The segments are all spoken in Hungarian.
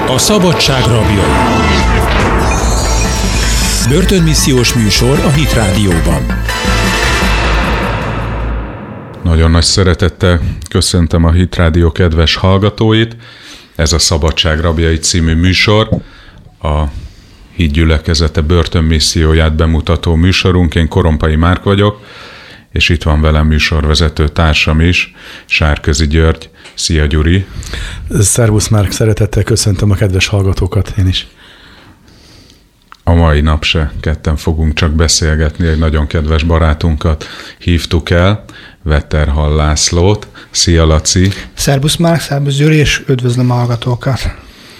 A szabadság rabjai. Börtönmissziós műsor a Hit Rádióban. Nagyon nagy szeretettel köszöntöm a Hit Rádió kedves hallgatóit. Ez a Szabadság rabjai című műsor, a Hit gyülekezete börtönmisszióját bemutató műsorunk. Én Korompai Márk vagyok, és itt van velem műsorvezető társam is, Sárközi György. Szia, Gyuri! Szervusz, Márk, szeretettel köszöntöm a kedves hallgatókat, én is. A mai nap se ketten fogunk csak beszélgetni, egy nagyon kedves barátunkat hívtuk el, Vetterhall Lászlót. Szia, Laci! Szervusz, Márk, szervusz, Gyuri, és üdvözlöm a hallgatókat!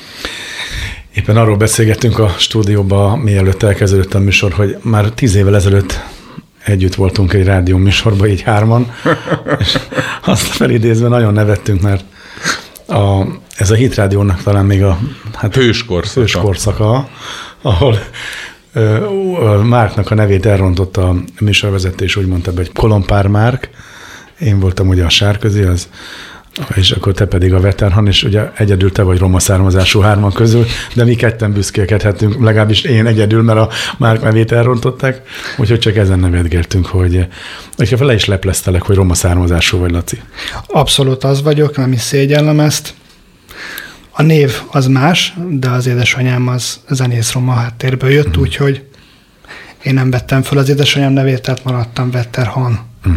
Éppen arról beszélgettünk a stúdióban, mielőtt elkezdődött a műsor, hogy már 10 évvel ezelőtt együtt voltunk egy rádió műsorban, így hárman, és azt felidézve nagyon nevettünk, mert ez a Hit Rádiónak talán még a hőskorszaka, ahol Márknak a nevét elrontotta a műsorvezetés, úgy mondta be, hogy Kolompár Márk, én voltam ugye a Sárközi, és akkor te pedig a Vetterhall, és ugye egyedül te vagy roma származású hárman közül, de mi ketten büszkélkedhetünk, legalábbis én egyedül, mert a Márk nevét elrontották, úgyhogy csak ezen nevetgéltünk, hogy le is lepleztelek, hogy roma származású vagy, Laci. Abszolút az vagyok, nem is szégyellem ezt. A név az más, de az édesanyám az zenész roma háttérből jött, úgyhogy én nem vettem föl az édesanyám nevét, tehát maradtam Vetterhall.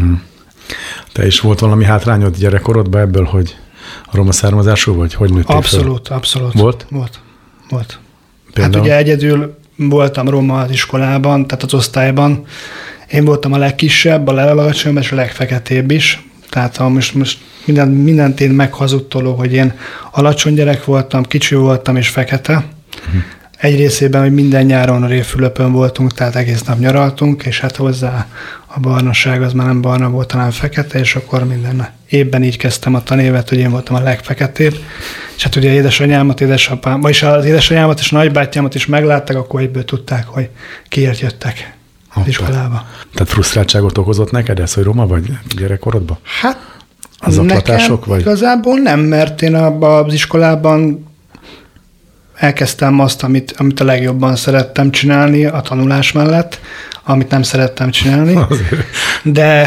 Te is volt valami hátrányod gyerekkorodban ebből, hogy a roma származású vagy? Hogy nőttél Abszolút. Volt? Volt. Például? Hát ugye egyedül voltam roma az iskolában, tehát az osztályban. Én voltam a legkisebb, a legalacsonyabb és a legfeketébb is. Tehát most mindent én meghazudtoló, hogy én alacsony gyerek voltam, kicsi voltam és fekete. Egy részében, hogy minden nyáron a Révfülöpön voltunk, tehát egész nap nyaraltunk, és hát hozzá a barnaság az már nem barna volt, hanem fekete, és akkor minden évben így kezdtem a tanévet, hogy én voltam a legfeketébb. És hát ugye édesanyámat, édesapám, vagyis az édesanyámat és nagybátyámat is meglátták, akkor egyből tudták, hogy kiért jöttek az iskolába. Tehát frusztráltságot okozott neked ez, hogy roma vagy gyerekkorodban? Hát az zaklatások, vagy? Igazából nem, mert én az iskolában elkezdtem azt, amit a legjobban szerettem csinálni a tanulás mellett, amit nem szerettem csinálni. Azért. De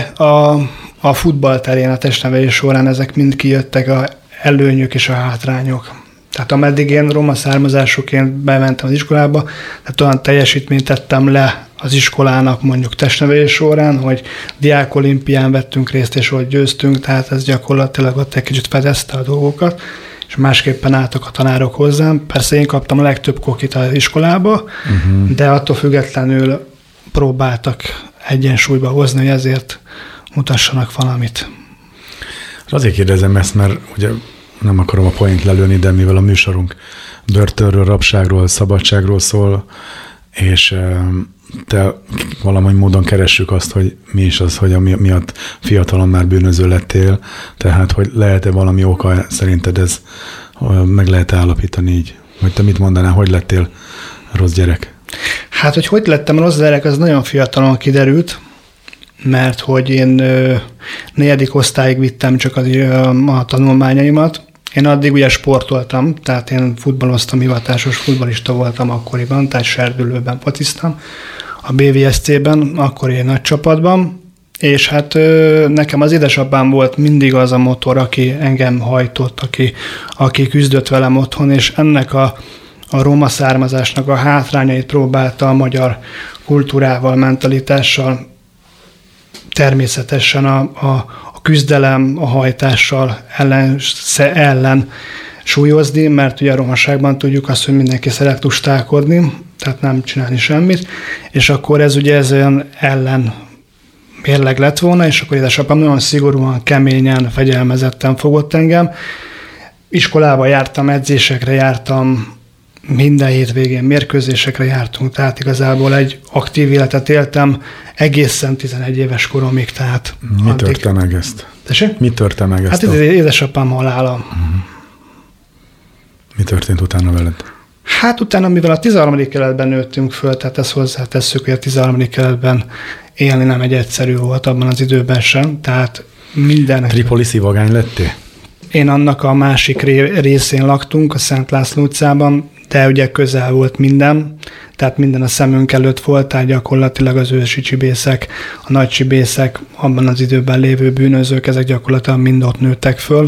a futballterén, a testnevelés során ezek mind kijöttek, az előnyök és a hátrányok. Tehát ameddig én roma származásúként bementem az iskolába, tehát olyan teljesítményt tettem le az iskolának mondjuk testnevelés során, hogy diákolimpián vettünk részt, és hogy győztünk, tehát ez gyakorlatilag ott egy kicsit fedezte a dolgokat, és másképpen álltak a tanárok hozzám. Persze én kaptam a legtöbb kokit az iskolába, de attól függetlenül próbáltak egyensúlyba hozni, hogy ezért mutassanak valamit. Azért kérdezem ezt, mert ugye nem akarom a poént lelőni, de mivel a műsorunk börtönről, rabságról, szabadságról szól, és te valahogy módon keressük azt, hogy mi is az, hogy miatt fiatalon már bűnöző lettél, tehát hogy lehet-e valami oka, szerinted ez meg lehet állapítani így? Vagy te mit mondanál, hogy lettél rossz gyerek? Hát, hogy lettem rossz gyerek, az nagyon fiatalon kiderült, mert hogy én 4. osztályig vittem csak a tanulmányaimat. Én addig ugye sportoltam, tehát én futballoztam, hivatásos futballista voltam akkoriban, tehát serdülőben fociztam, a BVSC-ben, akkori egy nagy csapatban, és hát nekem az édesapám volt mindig az a motor, aki engem hajtott, aki küzdött velem otthon, és ennek a roma származásnak a hátrányait próbálta a magyar kultúrával, mentalitással, természetesen a küzdelem, a hajtással ellen súlyozni, mert ugye a romaságban tudjuk azt, hogy mindenki szeret lustálkodni, tehát nem csinálni semmit, és akkor ez olyan ellen mérleg lett volna, és akkor édesapám nagyon szigorúan, keményen, fegyelmezetten fogott engem. Iskolába jártam, edzésekre jártam, minden hétvégén mérkőzésekre jártunk, tehát igazából egy aktív életet éltem egészen 11 éves koromig, tehát... Mi törte meg ezt? Tessék? Mi törte meg ezt? Hát ez édesapám halála. Mi történt utána veled? Hát utána, mivel a 13. keletben nőttünk föl, tehát ezt hozzátesszük, hogy a 13. keletben élni nem egy egyszerű volt abban az időben sem, tehát minden... Tripoliszi vagány lettél? én annak a másik részén laktunk, a Szent László utcában, de ugye közel volt minden, tehát minden a szemünk előtt volt, tehát gyakorlatilag az ősi csibészek, a nagy csibészek, abban az időben lévő bűnözők, ezek gyakorlatilag mind ott nőttek föl.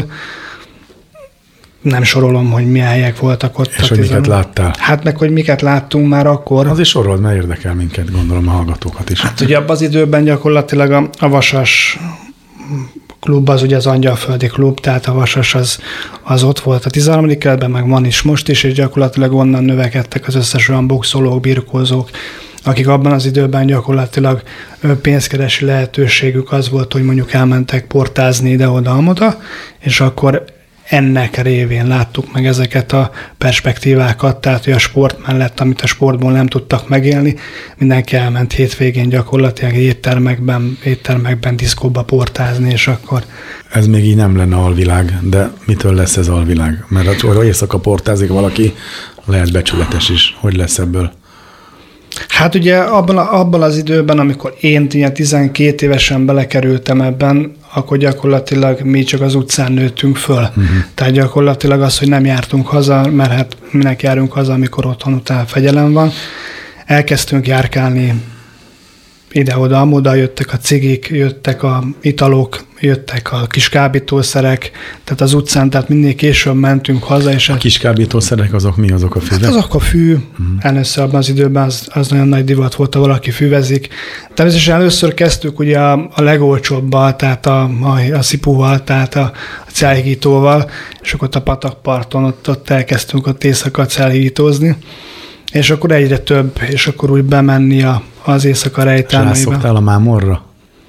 Nem sorolom, hogy milyen helyek voltak ott. És hogy miket láttál? Hát meg, hogy miket láttunk már akkor. Azért sorold, mert érdekel minket, gondolom a hallgatókat is. Hát ugye abban az időben gyakorlatilag a Vasas klub, az ugye az Angyalföldi klub, tehát a Vasas az ott volt a 13. kerületben, meg van is most is, és gyakorlatilag onnan növekedtek az összes olyan boxolók, birkózók, akik abban az időben gyakorlatilag pénzkeresi lehetőségük az volt, hogy mondjuk elmentek portázni ide-oda-amoda, és akkor ennek révén láttuk meg ezeket a perspektívákat, tehát hogy a sport mellett, amit a sportból nem tudtak megélni, mindenki elment hétvégén gyakorlatilag éttermekben, diszkóba portázni, és akkor... Ez még így nem lenne alvilág, de mitől lesz ez alvilág? Mert ha éjszaka portázik valaki, lehet becsületes is. Hogy lesz ebből? Hát ugye abban az időben, amikor én 12 évesen belekerültem ebben, akkor gyakorlatilag mi csak az utcán nőttünk föl. Uh-huh. Tehát gyakorlatilag az, hogy nem jártunk haza, mert hát minek járunk haza, amikor otthon után fegyelem van. Elkezdtünk járkálni ide-oda, amoda, jöttek a cigik, jöttek a italok, jöttek a kis kábítószerek, tehát az utcán, tehát mindig később mentünk haza. És a kis kábítószerek azok mi? Azok a füvek? Hát azok a fű. Először abban az időben az nagyon nagy divat volt, ha valaki füvezik. Természetesen először kezdtük ugye a legolcsóbbal, tehát a szipúval, tehát a celhigítóval, és akkor a patakparton ott elkezdtünk ott éjszaka celhigítózni, és akkor egyre több, és akkor úgy bemenni az éjszaka rejtelmeibe. És rászoktál a mámorra?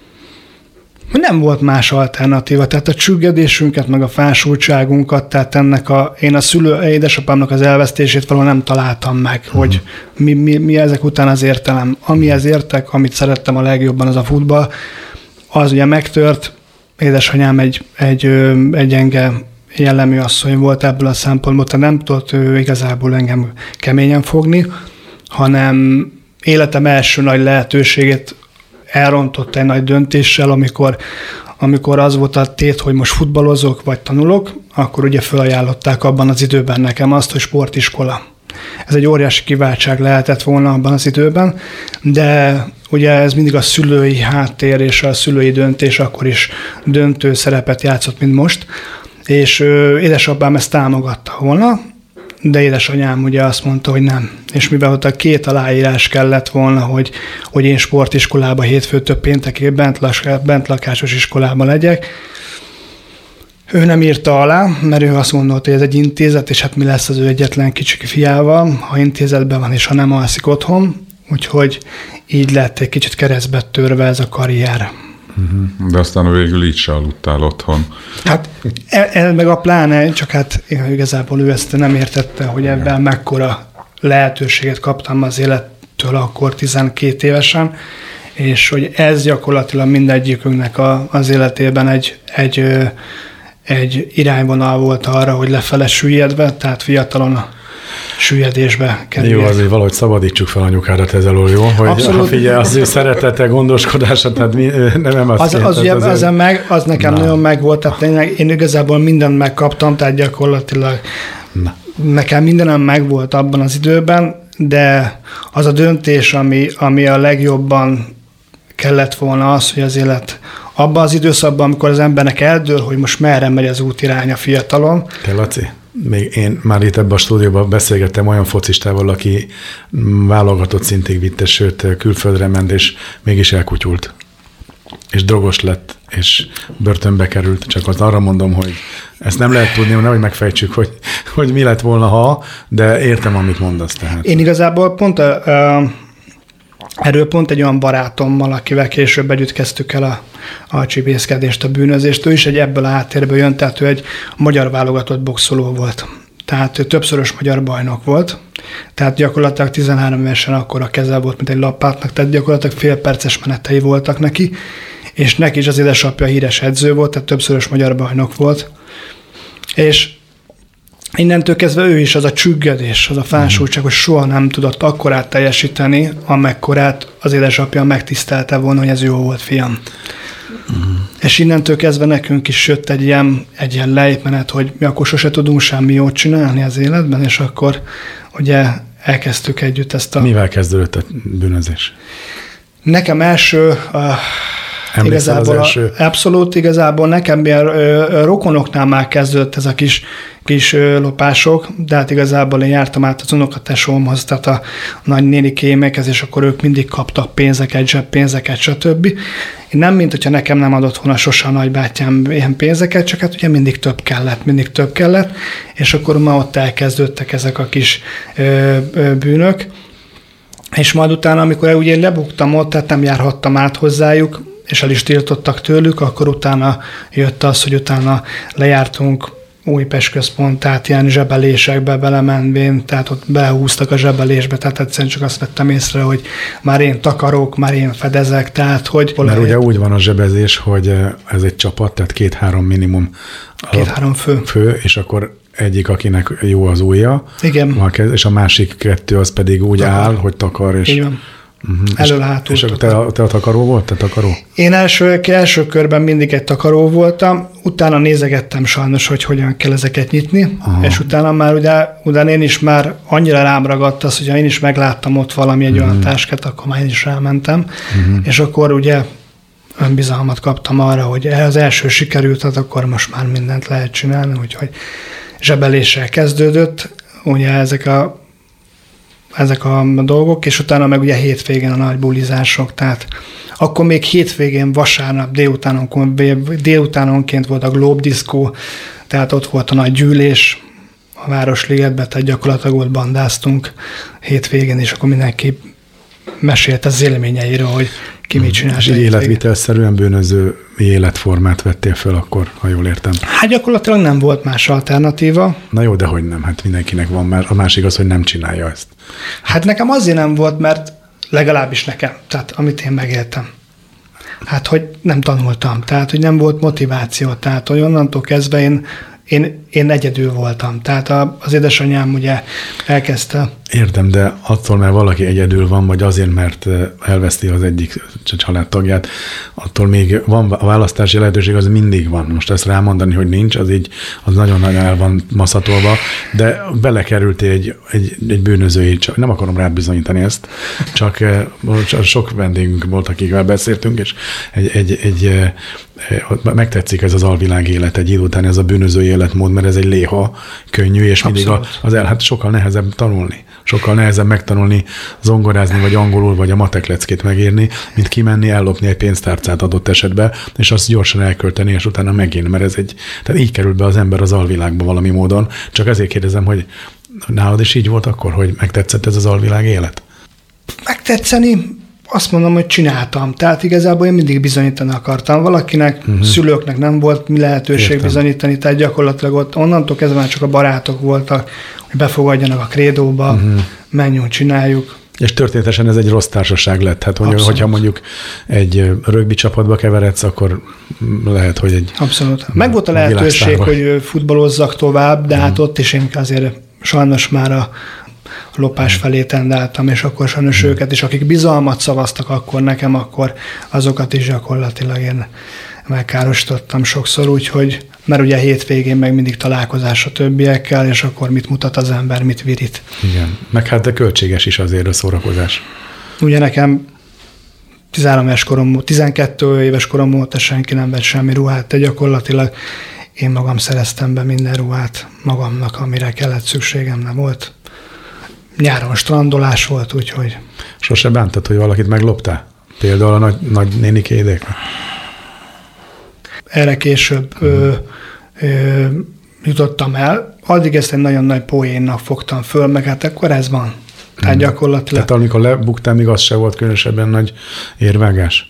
Nem volt más alternatíva, tehát a csüggedésünket, meg a fásultságunkat, tehát én a édesapámnak az elvesztését valahol nem találtam meg, hogy mi ezek után az értelem. Amihez értek, amit szerettem a legjobban, az a futball, az ugye megtört. Édesanyám egy enge jellemű asszony volt ebből a szempontból, tehát nem tudott ő igazából engem keményen fogni, hanem életem első nagy lehetőségét elrontott egy nagy döntéssel, amikor az volt a tét, hogy most futballozok, vagy tanulok, akkor ugye felajánlották abban az időben nekem azt, hogy sportiskola. Ez egy óriási kiváltság lehetett volna abban az időben, de ugye ez mindig a szülői háttér és a szülői döntés akkor is döntő szerepet játszott, mint most, és édesapám ezt támogatta volna, de édesanyám ugye azt mondta, hogy nem. És mivel ott a 2 aláírás kellett volna, hogy én sportiskolába hétfőtől péntekig bentlakásos iskolában legyek, ő nem írta alá, mert ő azt gondolta, hogy ez egy intézet, és hát mi lesz az ő egyetlen kicsi fiával, ha intézetben van, és ha nem alszik otthon. Úgyhogy így lett egy kicsit keresztbe törve ez a karrier. De aztán végül így se aludtál otthon. Hát meg a pláne, csak hát igazából ő ezt nem értette, hogy ebben mekkora lehetőséget kaptam az élettől akkor 12 évesen, és hogy ez gyakorlatilag mindegyikünknek az életében egy irányvonal volt arra, hogy lefele süllyedve, tehát fiatalon a süllyedésbe kerül. Jó, azért valahogy szabadítsuk fel anyukádat ez alól, jó? Hogy abszolút. Figyelj, az ő szeretete, gondoskodása, tehát nem azt az nekem nagyon megvolt, tehát én igazából mindent megkaptam, tehát gyakorlatilag nekem mindenem megvolt abban az időben, de az a döntés, ami a legjobban kellett volna az, hogy az élet abban az időszakban, amikor az embernek eldől, hogy most merre megy az útirány a fiatalon. Te, Laci, még én már itt ebben a stúdióban beszélgettem olyan focistával, aki válogatott szintig vitte, sőt külföldre ment, és mégis elkutyult. És drogos lett, és börtönbe került. Csak azt arra mondom, hogy ezt nem lehet tudni, nehogy megfejtsük, hogy mi lett volna, ha, de értem, amit mondasz. Tehát. Én igazából pont erről pont egy olyan barátommal, akivel később együtt kezdtük el a csibészkedést, a bűnözést. Ő is ebből a háttérből jön, tehát ő egy magyar válogatott boxoló volt. Tehát ő többszörös magyar bajnok volt. Tehát gyakorlatilag 13 évesen akkor a keze volt, mint egy lapátnak, tehát gyakorlatilag félperces menetei voltak neki, és neki is az édesapja híres edző volt, tehát többszörös magyar bajnok volt. És innentől kezdve ő is az a csüggedés, az a fásultság, hogy soha nem tudott akkorát teljesíteni, amekkorát az édesapja megtisztelte volna, hogy ez jó volt, fiam. És innentől kezdve nekünk is jött egy ilyen lejtmenet, hogy mi akkor sose tudunk semmi jót csinálni az életben, és akkor ugye elkezdtük együtt ezt a... Mivel kezdődött a bűnözés? Nekem abszolút igazából nekem rokonoknál már kezdődött ez a kis lopások, de hát igazából én jártam át az unokatesómhoz, tehát a nagynénikémekhez, és akkor ők mindig kaptak pénzeket, zseppénzeket, stb. Én nem, mint hogyha nekem nem adott volna sose a nagybátyám ilyen pénzeket, csak hát ugye mindig több kellett, és akkor már ott elkezdődtek ezek a kis bűnök, és majd utána, amikor ugye én lebuktam ott, tehát nem járhattam át hozzájuk, és el is tiltottak tőlük, akkor utána jött az, hogy utána lejártunk Újpest központ, tehát ilyen zsebelésekbe belemenvén, tehát ott behúztak a zsebelésbe, tehát egyszerűen csak azt vettem észre, hogy már én takarok, már én fedezek, tehát hogy... Mert ugye úgy van a zsebezés, hogy ez egy csapat, tehát 2-3 minimum. 2-3 fő. És akkor egyik, akinek jó az ujja, igen. És a másik 2 az pedig úgy áll, hogy takar. És... Igen. Elől-hátul. És te a takaró volt? Te takaró? Én első körben mindig egy takaró voltam, utána nézegettem sajnos, hogy hogyan kell ezeket nyitni, és utána már ugye én is már annyira rám ragadt az, hogy én is megláttam ott valami egy olyan táskát, akkor már én is rámentem, és akkor ugye önbizalmat kaptam arra, hogy az első sikerült, hát akkor most már mindent lehet csinálni, úgyhogy zsebeléssel kezdődött, ugye ezek a dolgok, és utána meg ugye hétvégén a nagy bulizások, tehát akkor még hétvégén, vasárnap délutánonként volt a Globe Disco, tehát ott volt a nagy gyűlés a Városligetben, tehát gyakorlatilag ott bandáztunk hétvégén, és akkor mindenki mesélt az élményeiről, hogy ki mit csinál. És életvitelszerűen bűnöző életformát vettél föl akkor, ha jól értem. Hát gyakorlatilag nem volt más alternatíva. Na jó, de hogy nem, hát mindenkinek van, mert a másik az, hogy nem csinálja ezt. Hát nekem azért nem volt, mert legalábbis nekem, tehát amit én megéltem. Hát, hogy nem tanultam, tehát, hogy nem volt motiváció, tehát, hogy onnantól kezdve én egyedül voltam. Tehát az édesanyám ugye elkezdte. Értem, de attól, mert valaki egyedül van, vagy azért, mert elveszti az egyik családtagját, attól még van a választási lehetőség, az mindig van. Most ezt rámondani, hogy nincs, az nagyon-nagyon el van maszatolva, de belekerültél egy bűnözői, nem akarom rád bizonyítani ezt, csak sok vendégünk volt, akikkel beszéltünk, és megtetszik ez az alvilág élet egy idő után, ez a bűnözői életmód, mert ez egy léha könnyű, és mindig hát sokkal nehezebb tanulni. Sokkal nehezebb megtanulni zongorázni, vagy angolul, vagy a matek leckét megírni, mint kimenni, ellopni egy pénztárcát adott esetben, és azt gyorsan elkölteni, és utána megint, mert tehát így kerül be az ember az alvilágba valami módon. Csak ezért kérdezem, hogy nálad is így volt akkor, hogy megtetszett ez az alvilág élet? Megtetszeni? Azt mondom, hogy csináltam. Tehát igazából én mindig bizonyítani akartam. Valakinek, szülőknek nem volt mi lehetőség bizonyítani, tehát gyakorlatilag ott onnantól kezdve már csak a barátok voltak, hogy befogadjanak a krédóba, menjünk, csináljuk. És történetesen ez egy rossz társaság lett. Hát, hogyha mondjuk egy rögbi csapatba keveredsz, akkor lehet, hogy egy... Abszolút. Meg volt a lehetőség, hogy futballozzak tovább, de hát ott is én azért sajnos már a lopás felé tendáltam, és akkor sajnos őket is, akik bizalmat szavaztak akkor nekem, akkor azokat is gyakorlatilag én megkárosítottam sokszor, úgyhogy, mert ugye hétvégén meg mindig találkozás a többiekkel, és akkor mit mutat az ember, mit virít. Igen, meg hát de költséges is azért a szórakozás. Ugye nekem 12 éves korom óta senki nem vett semmi ruhát, de gyakorlatilag én magam szereztem be minden ruhát magamnak, amire kellett szükségem nem volt. Nyáron strandolás volt, úgyhogy... Sose bántad, hogy valakit megloptál? Például a nagy nénikédéknek? Erre később jutottam el. Addig ezt egy nagyon nagy poénnak fogtam föl, meg hát akkor ez van. Tehát gyakorlatilag... Tehát amikor lebuktál, még az se volt különösebben nagy érvágás?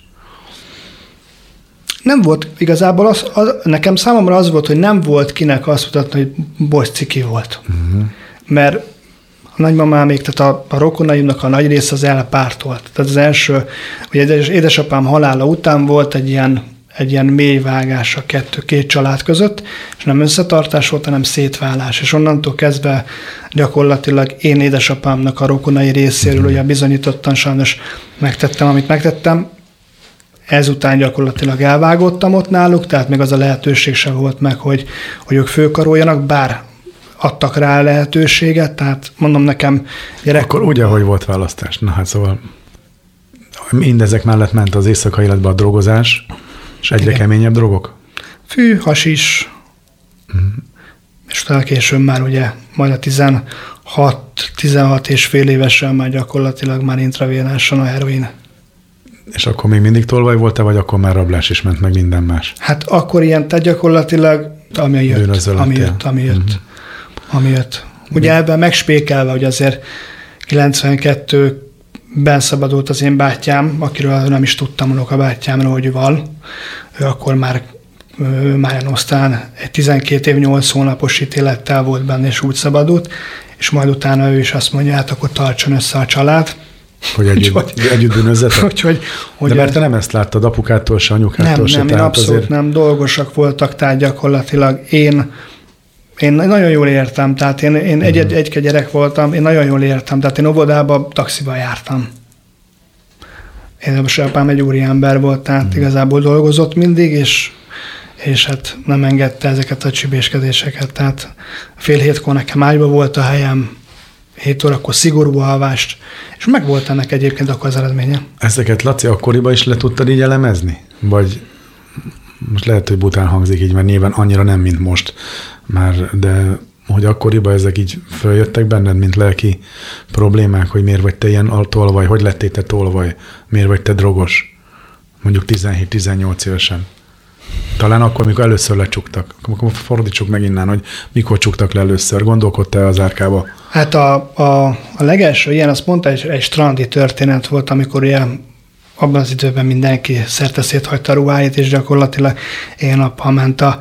Nem volt igazából, nekem számomra az volt, hogy nem volt kinek azt mutatni, hogy bocs, ciki volt. Mert a nagymamámék, tehát a rokonaimnak a nagy része az elpártolt. Tehát az első, ugye édesapám halála után volt egy ilyen mély vágás a két család között, és nem összetartás volt, hanem szétválás. És onnantól kezdve gyakorlatilag én édesapámnak a rokonai részéről ugye bizonyítottan sajnos megtettem, amit megtettem, ezután gyakorlatilag elvágottam ott náluk, tehát még az a lehetőség sem volt meg, hogy ők főkaroljanak, bár adtak rá lehetőséget, tehát mondom nekem Akkor ugye, hogy volt választás? Na hát szóval mindezek mellett ment az éjszakai életbe a drogozás, és egyre keményebb drogok? Fű, hasis, és utána később már ugye majd a 16 és fél évesen már gyakorlatilag már intravénásan a heroin. És akkor még mindig tolvaj volt-e, vagy akkor már rablás is ment, meg minden más? Hát akkor ilyen, tehát gyakorlatilag ami jött. Ugye ebben megspékelve, hogy azért 92-ben szabadult az én bátyám, akiről nem is tudtam unokabátyámról, hogy van. Ő akkor már aztán egy 12 év 8 hónapos ítélettel volt benne, és úgy szabadult, és majd utána ő is azt mondja, hát akkor tartson össze a család. Hogy együtt bűnözzetek? De mert te nem ezt láttad apukától se, anyukától se. Nem, én abszolút nem, dolgosak voltak, tehát gyakorlatilag én nagyon jól értem, tehát én egy gyerek voltam, én nagyon jól értem, tehát én óvodába taxival jártam. Én most apám egy úriember volt, tehát igazából dolgozott mindig, és hát nem engedte ezeket a csibéskedéseket, tehát fél hétkor nekem ágyba volt a helyem, 7 órakor szigorú alvást, és meg volt ennek egyébként akkor az eredménye. Ezeket, Laci, akkoriban is le tudtad így elemezni? Vagy most lehet, hogy bután hangzik így, mert nyilván annyira nem, mint most már, de hogy akkoriban ezek így följöttek benned, mint lelki problémák, hogy miért vagy te ilyen tolvaj, hogy lettél te tolvaj, miért vagy te drogos, mondjuk 17-18 évesen. Talán akkor, mikor először lecsuktak. Akkor fordítsuk meg innen, hogy mikor csuktak le először. Gondolkodtál az árkába? Hát a legelső ilyen, azt mondta, egy strandi történet volt, amikor ilyen abban az időben mindenki szerte széthagyta a ruháit, és gyakorlatilag ilyen nappal ment a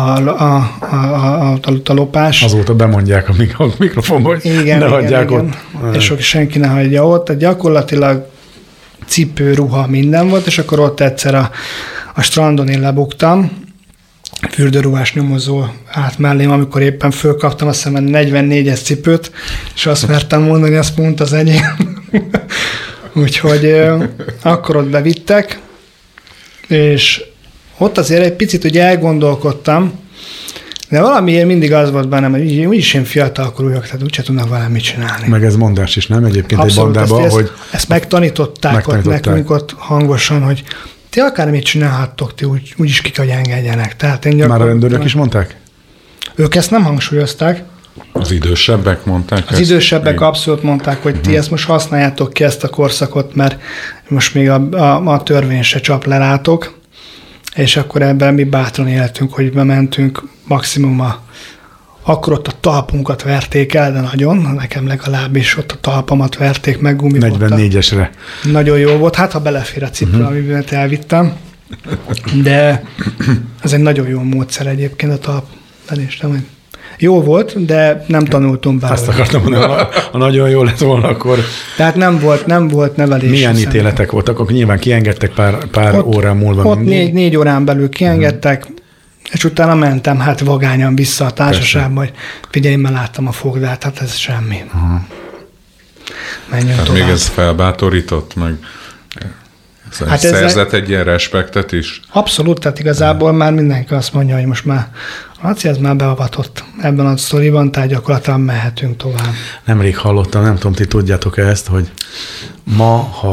lopás. Azóta bemondják a mikrofonba, hogy igen, ne hagyják ott. És senki ne hagyja ott. Tehát gyakorlatilag cipő, ruha, minden volt, és akkor ott egyszer a strandon én lebuktam, fürdőruhás nyomozó állt mellém, amikor éppen fölkaptam azt hiszem 44-es cipőt, és azt mertem mondani, hogy azt pont az enyém. Úgyhogy akkor ott bevittek, és ott azért egy picit ugye elgondolkodtam, de valamiért mindig az volt bennem, hogy úgyis én fiatalkorú vagyok, tehát úgyse tudnak velem mit csinálni. Meg ez mondás is, nem? Egyébként abszolút, egy bandában, hogy... Ezt megtanították ott nekünk ott hangosan, hogy ti akármit csinálhattok, ti úgyis ki kell, hogy engedjenek. Tehát már a rendőrök is mondták? Ők ezt nem hangsúlyozták. Az idősebbek mondták? Az idősebbek abszolút mondták, hogy ti ezt most használjátok ki, ezt a korszakot, mert most még a törvény se csap le rátok, és akkor ebben mi bátran éltünk, hogy bementünk, maximum akkor ott a talpunkat verték el, de nagyon, nekem legalábbis ott a talpamat verték meg gumival. 44-esre. Nagyon jó volt, hát ha belefér a cipő, amiben elvittem, de ez egy nagyon jó módszer egyébként a talpbenéstem. Jó volt, de nem tanultunk bár. Azt akartam mondani, ha nagyon jó lett volna, akkor... Tehát nem volt nevelés. Milyen ítéletek voltak? Akkor nyilván kiengedtek pár órán múlva. Ott 4 órán belül kiengedtek, és utána mentem hát vagányan vissza a társaságba, hogy figyelj, már láttam a fogdát, hát ez semmi. Menjünk tovább. Még ez felbátorított, meg hát szerzett egy ilyen respektet is? Abszolút, tehát igazából már mindenki azt mondja, hogy most már Laci, ez már beavatott ebben a sztoriban, tehát gyakorlatilag mehetünk tovább. Nemrég hallottam, nem tudom, ti tudjátok-e ezt, hogy ma,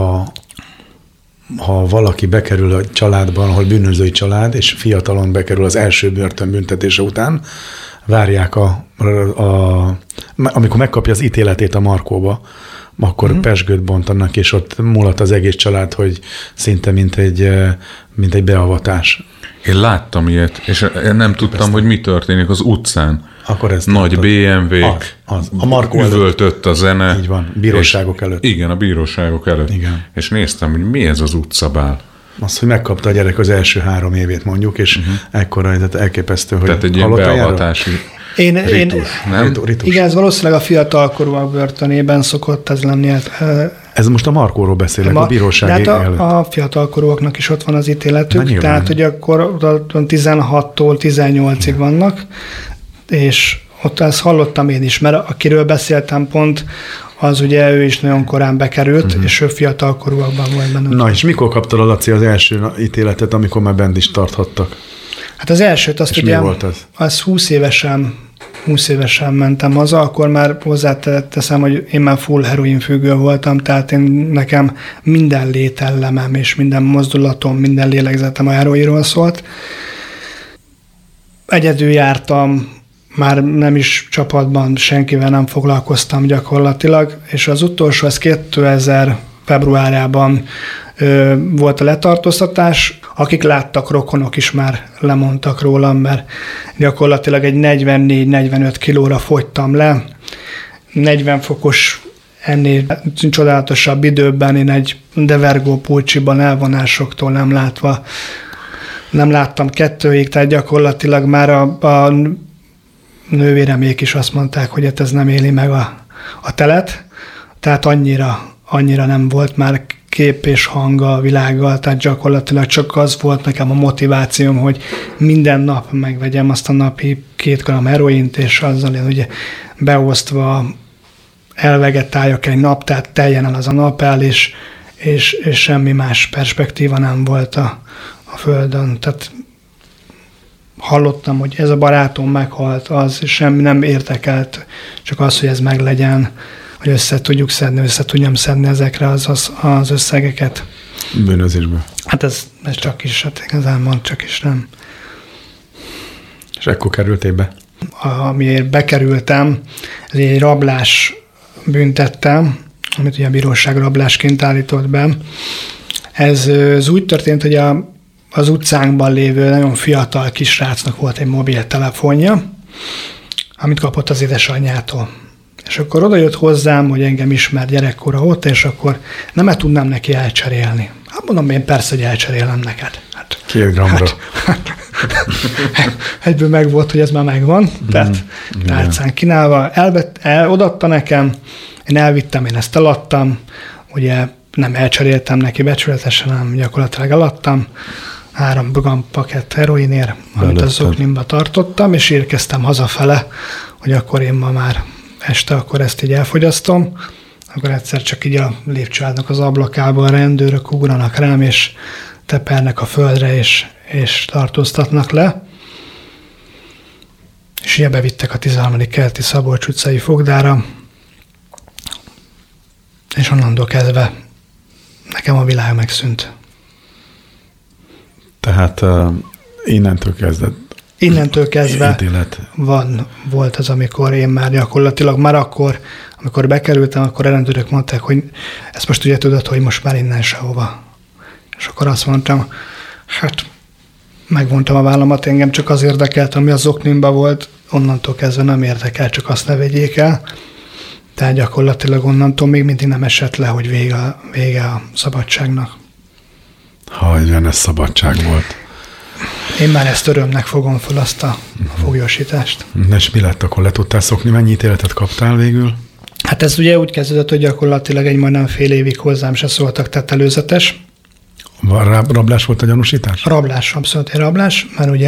ha valaki bekerül a családban, ahol bűnözői család, és fiatalon bekerül az első börtönbüntetése után, várják amikor megkapja az ítéletét a Markóba, akkor pezsgőt bontanak, és ott mulat az egész család, hogy szinte mint egy beavatás. Én láttam ilyet, és nem tudtam, hogy mi történik az utcán. Akkor ez nagy BMW-k, a Markó üvöltött a zene. Így van, bíróságok előtt. Igen, a bíróságok előtt. Igen. És néztem, hogy mi ez az utcabál. Az, hogy megkapta a gyerek az első 3 évét mondjuk, és ekkora, tehát elképesztő, hogy tehát egy ilyen beavatási ritus, nem? Ritus. Igen, ez valószínűleg a fiatalkorúak börtönében szokott ez lenni. Ez most a Markóról beszélek, a bíróság előtt. A fiatalkorúaknak is ott van az ítéletük, tehát hogy akkor 16-tól 18-ig vannak, és ott ezt hallottam én is, mert akiről beszéltem pont, az ugye ő is nagyon korán bekerült, és ő fiatalkorúakban volt benne. Na, és mikor kaptad a Laci az első ítéletet, amikor már bent is tarthattak? Hát az elsőt azt és ugye, mi volt az? Az 20 évesen mentem haza, akkor már hozzáteszem, hogy én már full heroin függő voltam, tehát nekem minden létellemem és minden mozdulatom, minden lélegzetem a heroinról szólt. Egyedül jártam, már nem is csapatban, senkivel nem foglalkoztam gyakorlatilag, és az utolsó, az 2000 februárjában volt a letartóztatás, akik láttak, rokonok is már lemondtak rólam, mert gyakorlatilag egy 44-45 kilóra fogytam le, 40 fokos ennél csodálatosabb időben én egy devergó pulcsiban elvonásoktól nem láttam 2-ig, tehát gyakorlatilag már a nővéremék is azt mondták, hogy ez nem éli meg a telet, tehát annyira nem volt már kép és hang a világgal, tehát gyakorlatilag csak az volt nekem a motivációm, hogy minden nap megvegyem azt a napi 2 gram heroint, és azzal én ugye beosztva elvegetáljak egy nap, tehát teljen el az a nap el, és semmi más perspektíva nem volt a Földön. Tehát hallottam, hogy ez a barátom meghalt, az semmi nem érdekelt, csak az, hogy ez meglegyen, hogy össze tudjam szedni ezekre az összegeket. Bűnözésből. Hát ez csak is, hát igazán csak is nem. És ekkor kerültél be? Amiért bekerültem, ez egy rablás büntettem, amit ugye a bíróság rablásként állított be. Ez úgy történt, hogy az utcánkban lévő nagyon fiatal kisrácnak volt egy mobiltelefonja, amit kapott az édesanyjától. És akkor oda jött hozzám, hogy engem ismer gyerekkora óta, és akkor nem tudnám neki elcserélni. Hát mondom, én persze, hogy elcserélem neked. 2 gramra. Egyből meg volt, hogy ez már megvan, tehát tárcán kínálva, odaadta nekem, én elvittem, én ezt eladtam, ugye nem elcseréltem neki becsületesen, hanem gyakorlatilag eladtam, 3 gram pakett heroinért, amit az zoknimba tartottam, és érkeztem hazafele, hogy akkor én ma már este akkor ezt így elfogyasztom, akkor egyszer csak így a lépcsőháznak az ablakában a rendőrök ugranak rám, és tepernek a földre, és tartóztatnak le. És ugye bevittek a 13. keleti Szabolcs utcai fogdára, és onnantól kezdve nekem a világ megszűnt. Tehát innentől kezdve volt az, amikor én már gyakorlatilag akkor, amikor bekerültem, akkor a rendőrök mondták, hogy ezt most ugye tudod, hogy most már innen sehova. És akkor azt mondtam, hát megvontam a vállamat, engem csak az érdekelt, ami az zoknimba volt, onnantól kezdve nem érdekel, csak azt ne vegyék el. Tehát gyakorlatilag onnantól még mindig nem esett le, hogy vége a szabadságnak. Ha ez szabadság volt. Én már ezt örömnek fogom föl, azt a foglyosítást. És mi lett, akkor le tudtál szokni? Mennyi ítéletet kaptál végül? Hát ez ugye úgy kezdődött, hogy gyakorlatilag egy majdnem fél évig hozzám se szóltak, tehát előzetes. Rablás volt a gyanúsítás? Rablás, abszolút egy rablás, mert ugye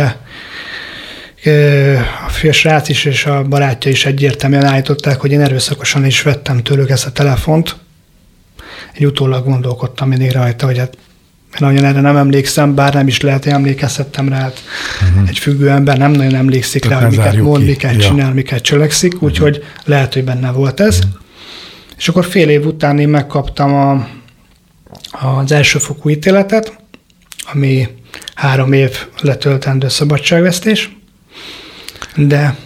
a srác is és a barátja is egyértelműen állították, hogy én erőszakosan is vettem tőlük ezt a telefont. Egy utólag gondolkodtam mindig rajta, hogy hát én nagyon erre nem emlékszem, bár nem is lehet, hogy emlékezhettem rá. Hát egy függő ember nem nagyon emlékszik rá, hogy miket mond, miket csinál, miket cselekszik, úgyhogy lehet, hogy benne volt ez. És akkor fél év után én megkaptam az elsőfokú ítéletet, ami 3 év letöltendő szabadságvesztés. De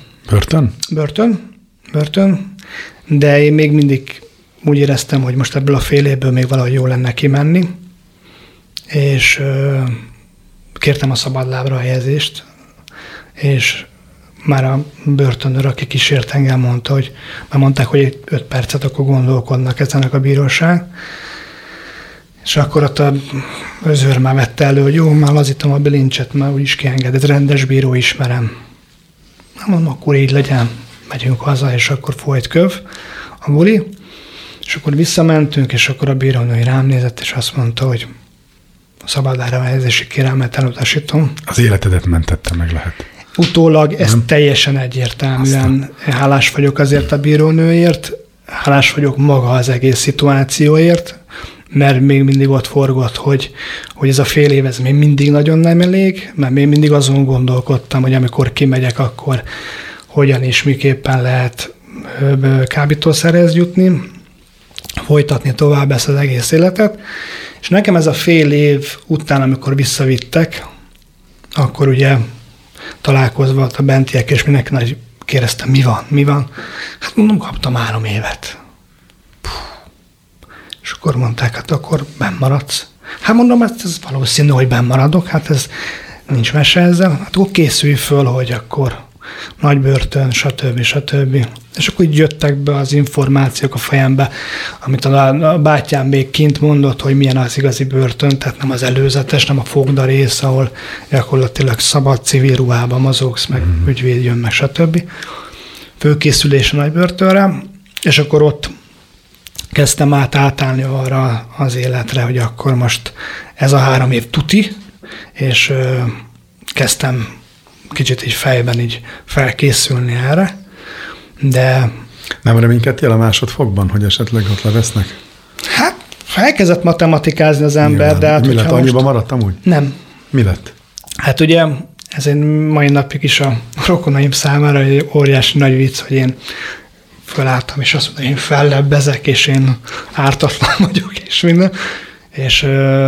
Börtön. De én még mindig úgy éreztem, hogy most ebből a fél évből még valahogy jó lenne kimenni, és kértem a szabadlábra helyezést, és már a börtönőr, aki kísért engem, mondta, hogy már mondták, hogy 5 percet akkor gondolkodnak ezenek a bíróság, és akkor ott az őr már vette elő, hogy jó, már lazítom a bilincset, már úgyis kienged, ez rendes bíró, ismerem. Mondom, akkor így legyen, megyünk haza, és akkor folyt köv a buli, és akkor visszamentünk, és akkor a bírónő rám nézett, és azt mondta, hogy a szabadlábra helyezési kérelmet elutasítom. Az életedet mentette meg lehet. Utólag ez teljesen egyértelműen hálás vagyok azért a bírónőért, hálás vagyok maga az egész szituációért, mert még mindig ott forgott, hogy ez a fél év ez még mindig nagyon nem elég, mert még mindig azon gondolkodtam, hogy amikor kimegyek, akkor hogyan és miképpen lehet kábítószerhez jutni, folytatni tovább ezt az egész életet. És nekem ez a fél év után, amikor visszavittek, akkor ugye találkozva a bentiek, és mindenki nagy kérdeztem, mi van? Hát mondom, kaptam 3 évet. És akkor mondták, hát akkor benn maradsz. Hát mondom, ez valószínű, hogy benn maradok, hát ez nincs mese ezzel. Hát akkor készülj föl, hogy akkor nagy börtön, stb. És akkor így jöttek be az információk a fejembe, amit a bátyám még kint mondott, hogy milyen az igazi börtön, tehát nem az előzetes, nem a fogda rész, ahol gyakorlatilag szabad civil ruhában mozogsz, meg ügyvéd jön, meg stb. Főkészülés a nagy börtönre, és akkor ott kezdtem átállni arra az életre, hogy akkor most ez a 3 év tuti, és kezdtem kicsit így fejben így felkészülni erre, de... Nem reménykedtél a másodfokban, hogy esetleg ott levesznek? Hát elkezdett matematikázni az ember, nyilván. De hát... Mi lett, annyiba most... maradtam úgy? Nem. Mi lett? Hát ugye ez egy mai napig is a rokonaim számára egy óriási nagy vicc, hogy én fölálltam, és azt mondom, én fellebbezek, és én ártatlan vagyok, és minden. És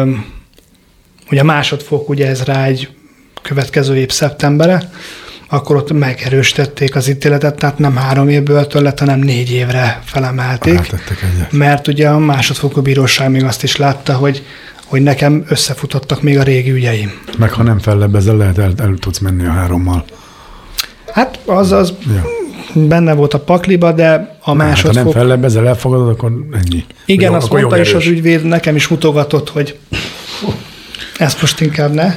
ugye a másodfok, ugye ez rá egy következő év szeptembere, akkor ott megerősítették az ítéletet, tehát nem 3 év börtön lett, hanem 4 évre felemelték. Mert ugye a másodfokú bíróság még azt is látta, hogy nekem összefutottak még a régi ügyeim. Meg ha nem fellebbezel, lehet el tudsz menni a 3-mal. Hát az ja. Benne volt a pakliba, de a másodfok... Ha nem fellebbezel, elfogadod, akkor ennyi. Igen, jó, azt mondta is az ügyvéd, nekem is mutogatott, hogy ezt most inkább ne.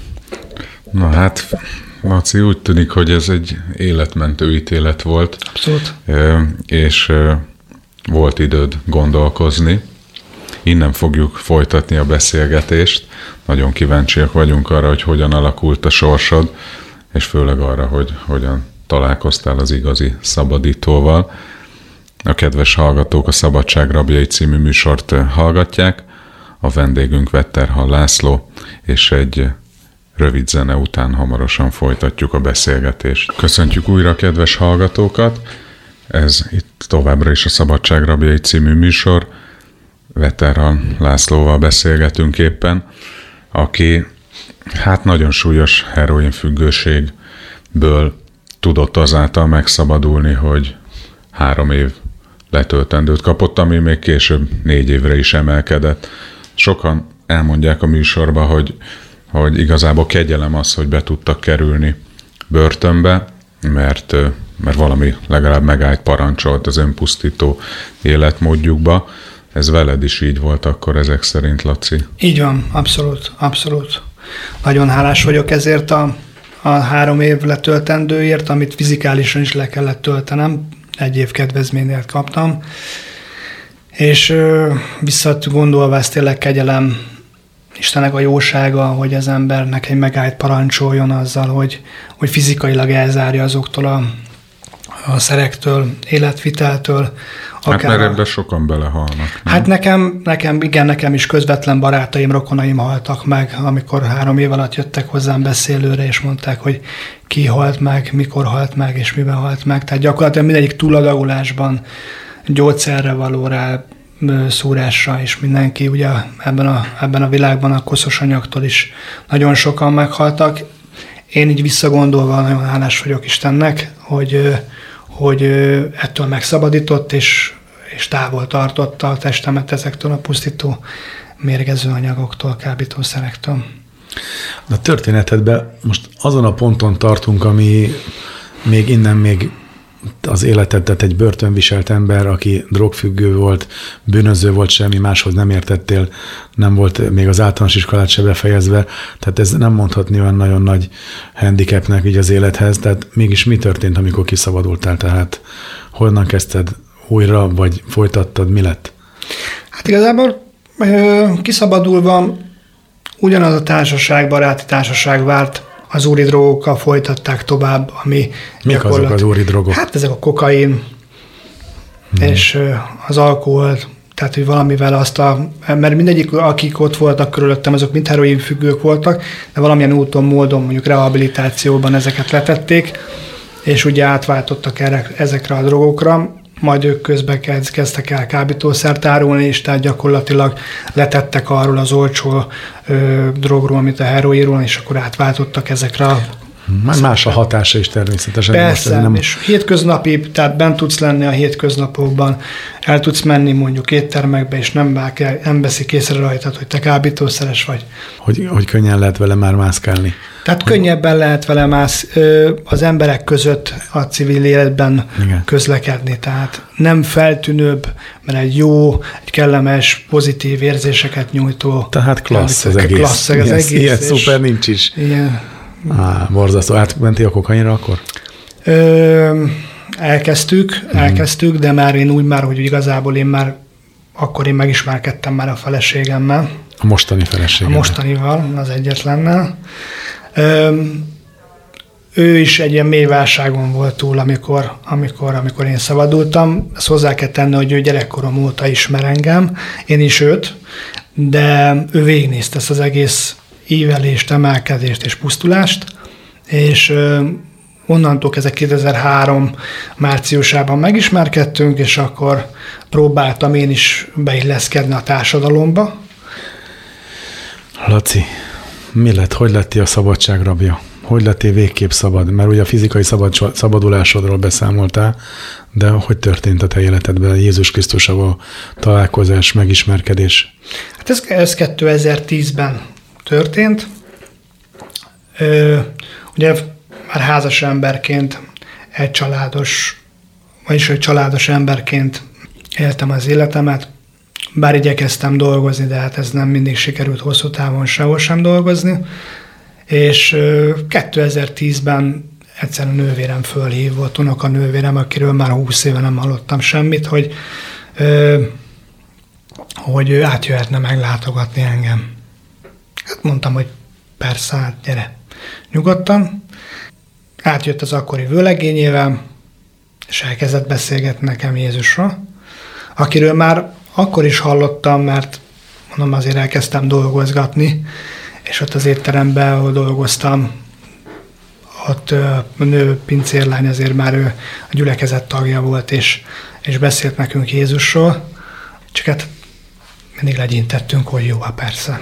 Na hát, Laci, úgy tűnik, hogy ez egy életmentő ítélet volt. Abszolút. És volt időd gondolkozni. Innen fogjuk folytatni a beszélgetést. Nagyon kíváncsiak vagyunk arra, hogy hogyan alakult a sorsod, és főleg arra, hogy hogyan találkoztál az igazi szabadítóval. A kedves hallgatók a Szabadság rabjai című műsort hallgatják. A vendégünk Vetterhall László, és egy rövid zene után hamarosan folytatjuk a beszélgetést. Köszöntjük újra a kedves hallgatókat. Ez itt továbbra is a Szabadság rabjai című műsor. Vetterhall Lászlóval beszélgetünk éppen, aki hát nagyon súlyos heroinfüggőségből tudott azáltal megszabadulni, hogy 3 év letöltendőt kapott, ami még később 4 évre is emelkedett. Sokan elmondják a műsorba, hogy igazából kegyelem az, hogy be tudtak kerülni börtönbe, mert valami legalább megállt parancsolt az önpusztító életmódjukba. Ez veled is így volt akkor ezek szerint, Laci? Így van, abszolút. Nagyon hálás vagyok ezért a 3 év letöltendőért, amit fizikálisan is le kellett töltenem. 1 év kedvezményért kaptam. És visszagondolva ezt tényleg kegyelem, Istennek a jósága, hogy az embernek egy megállt parancsoljon azzal, hogy fizikailag elzárja azoktól a szerektől, életviteltől. Hát mert ebben sokan belehalnak. Nem? Hát nekem is közvetlen barátaim, rokonaim haltak meg, amikor 3 év alatt jöttek hozzám beszélőre, és mondták, hogy ki halt meg, mikor halt meg, és miben halt meg. Tehát gyakorlatilag mindegyik túladagolásban, gyógyszerre való rá szúrásra, és mindenki ugye ebben a világban a koszos anyagtól is nagyon sokan meghaltak. Én így visszagondolva nagyon hálás vagyok Istennek, hogy ettől megszabadított, és távol tartotta a testemet ezektől a pusztító mérgező anyagoktól, kábítószerektől. A történetedben most azon a ponton tartunk, ami még az életedet egy börtönviselt ember, aki drogfüggő volt, bűnöző volt, semmi máshoz nem értettél, nem volt még az általános iskolát se befejezve, tehát ez nem mondhatni olyan nagyon nagy handicapnek így az élethez, tehát mégis mi történt, amikor kiszabadultál, tehát honnan kezdted újra, vagy folytattad, mi lett? Hát igazából kiszabadulva ugyanaz a társaság, baráti társaság várt az úri drogokkal folytatták tovább, ami Mik azok az úri drogok? Hát ezek a kokain és az alkohol, tehát hogy valamivel mert mindegyik, akik ott voltak körülöttem, azok mind heroin függők voltak, de valamilyen úton, módon, mondjuk rehabilitációban ezeket letették, és ugye átváltottak ezekre a drogokra, majd ők közben kezdtek el kábítószert árulni, és tehát gyakorlatilag letettek arról az olcsó drogról, mint a heroinról, és akkor átváltottak ezekre a... Más a hatása is természetesen. Persze, nem... és hétköznapi, tehát bent tudsz lenni a hétköznapokban, el tudsz menni mondjuk éttermekbe, és nem veszik észre rajtad, hogy te kábítószeres vagy. Hogy könnyen lehet vele már mászkálni. Tehát könnyebben lehet vele az emberek között a civil életben közlekedni. Tehát nem feltűnőbb, mert egy jó, egy kellemes, pozitív érzéseket nyújtó. Tehát klassz az egész. Klassz az egész. Ilyen szuper nincs is. Igen. Borzasztó. Átmenti a kokainra akkor? Elkezdtük, de már én úgy hogy igazából akkor én megismerkedtem már a feleségemmel. A mostani feleségemmel. A mostanival, az egyetlennél. Ő is egy ilyen mély válságon volt túl, amikor én szabadultam. Ezt hozzá kell tenni, hogy ő gyerekkorom óta ismer engem, én is őt, de ő végignézte ezt az egész ívelést, emelkedést és pusztulást, és onnantól kezdve 2003 márciusában megismerkedtünk, és akkor próbáltam én is beilleszkedni a társadalomba. Laci, mi lett? Hogy lettél a szabadság rabja? Hogy lettél végképp szabad? Mert ugye a fizikai szabadulásodról beszámoltál, de hogy történt a te életedben Jézus Krisztusával találkozás, megismerkedés? Hát ez 2010-ben történt. Ugye már házas emberként, egy családos emberként éltem az életemet, bár igyekeztem dolgozni, de hát ez nem mindig sikerült hosszú távon sehol sem dolgozni, és 2010-ben egyszerűen nővérem fölhívott, unokanővérem, akiről már 20 éve nem hallottam semmit, hogy ő átjöhetne meglátogatni engem. Hát mondtam, hogy persze, hát gyere, nyugodtan. Átjött az akkori vőlegényével, és elkezdett beszélgetni nekem Jézusról, akiről már akkor is hallottam, mert mondom, azért elkezdtem dolgozgatni, és ott az étteremben, ahol dolgoztam, ott a nő pincérlány, azért már ő a gyülekezet tagja volt, és beszélt nekünk Jézusról, csak hát mindig legyintettünk, hogy jó, persze.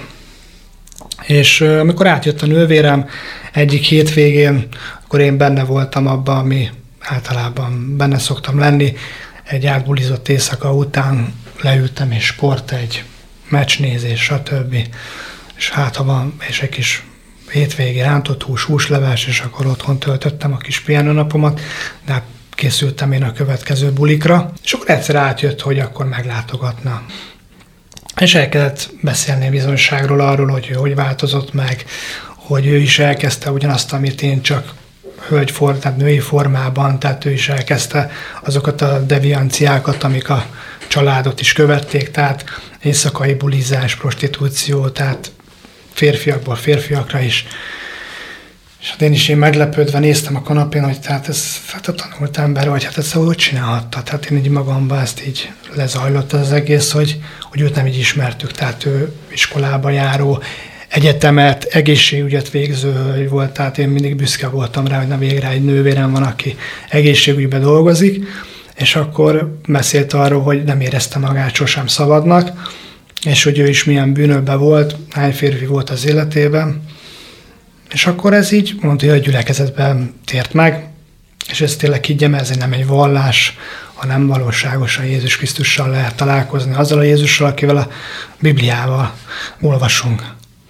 És amikor átjött a nővérem egyik hétvégén, akkor én benne voltam abban, ami általában benne szoktam lenni. Egy átbulizott éjszaka után leültem, és sport, egy meccsnézés, stb. És hát ha van, és egy kis hétvégi rántott húsleves, és akkor otthon töltöttem a kis pihenőnapomat, de hát készültem én a következő bulikra, és akkor egyszer átjött, hogy akkor meglátogatna. És elkezdett beszélni bizonyságról, arról, hogy változott meg, hogy ő is elkezdte ugyanazt, amit én, csak tehát női formában, tehát ő is elkezdte azokat a devianciákat, amik a családot is követték, tehát éjszakai bulizás, prostitúció, tehát férfiakból férfiakra is. És hát én is meglepődve néztem a kanapén, hogy tehát ez hát a tanult ember, vagy hát ezt hogy csinálhatta. Tehát én így magamban ezt így lezajlott az egész, hogy őt nem így ismertük. Tehát ő iskolába járó, egyetemet, egészségügyet végző hölgy volt, tehát én mindig büszke voltam rá, hogy na végre egy nővérem van, aki egészségügyben dolgozik, és akkor beszélt arról, hogy nem érezte magát sosem szabadnak, és hogy ő is milyen bűnökben volt, hány férfi volt az életében, és akkor ez így mondta, hogy a gyülekezetben tért meg, és ez tényleg higgyem, ez nem egy vallás, hanem valóságosan Jézus Krisztussal lehet találkozni, azzal a Jézussal, akivel a Bibliával olvasunk.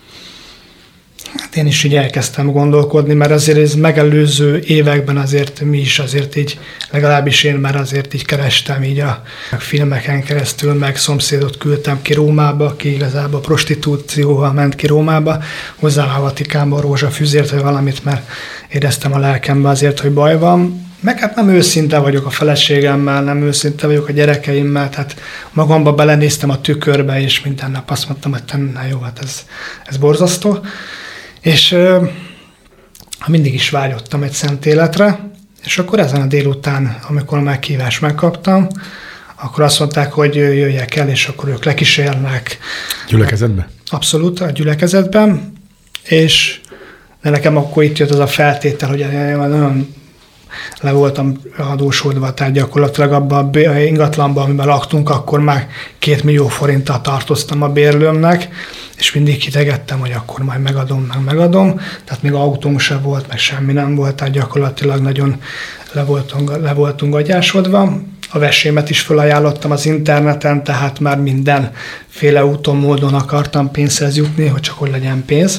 Hát én is így elkezdtem gondolkodni, mert azért ez megelőző években azért mi is azért így, legalábbis én már azért így kerestem így a filmeken keresztül, meg szomszédot küldtem ki Rómába, aki igazából prostitúcióval ment ki Rómába, hozzám a Vatikánba rózsafüzért, vagy valamit, mert éreztem a lelkembe azért, hogy baj van. Meg hát nem őszinte vagyok a feleségemmel, nem őszinte vagyok a gyerekeimmel, tehát magamba belenéztem a tükörbe, és minden nap azt mondtam, hogy na jó, hát ez borzasztó. És mindig is vágyottam egy szent életre, és akkor ezen a délután, amikor a meghívást megkaptam, akkor azt mondták, hogy jöjjek el, és akkor ők lekísérnek. Gyülekezetben? Abszolút, a gyülekezetben, és de nekem akkor itt jött az a feltétel, hogy nagyon le voltam adósodva, tehát gyakorlatilag abban a ingatlanban, amiben laktunk, akkor már 2 millió forinttal tartoztam a bérlőmnek, és mindig hitegettem, hogy akkor majd megadom. Tehát még autónk sem volt, meg semmi nem volt, tehát gyakorlatilag nagyon le voltunk agyásodva. A vesémet is felajánlottam az interneten, tehát már mindenféle úton, módon akartam pénzhez jutni, hogy csak hogy legyen pénz.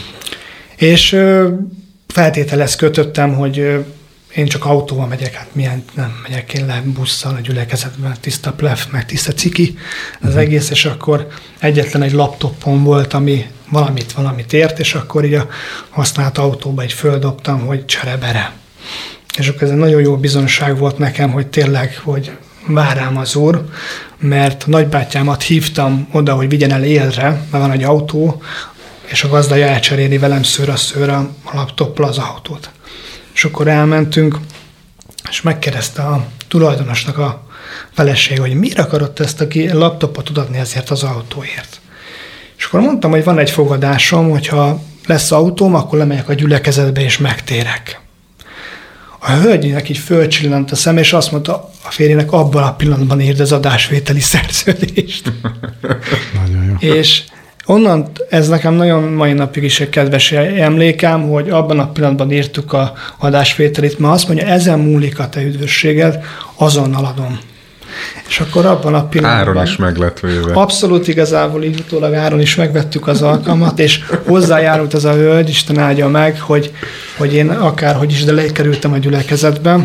És feltételez kötöttem, hogy én csak autóval megyek, hát nem megyek én le busszal a gyülekezetben, tiszta plef, meg tiszta ciki az egész, és akkor egyetlen egy laptopom volt, ami valamit ért, és akkor így a használt autóba így földobtam, hogy cserebere. És akkor ez egy nagyon jó bizonság volt nekem, hogy tényleg, hogy vár rám az Úr, mert a nagybátyámat hívtam oda, hogy vigyen el élre, mert van egy autó, és a gazdája elcseréli velem szőre a laptoppal az autót. És akkor elmentünk, és megkérdezte a tulajdonosnak a feleség, hogy miért akarott ezt a laptopot adni ezért az autóért. És akkor mondtam, hogy van egy fogadásom, hogyha lesz autóm, akkor lemegyek a gyülekezetbe, és megtérek. A hölgynek így fölcsillant a szem, és azt mondta a férjének, abban a pillanatban írd az adásvételi szerződést. Nagyon jó. És onnan, ez nekem nagyon mai napig is egy kedves emlékem, hogy abban a pillanatban írtuk a adásvételit, mert azt mondja, ezen múlik a te üdvösséged, azonnal adom. És akkor abban a pillanatban... Áron is meg lett véve. Abszolút igazából így utólag Áron is megvettük az alkalmat, és hozzájárult ez a hölgy, Isten áldja meg, hogy én akárhogy is, de lekerültem a gyülekezetbe,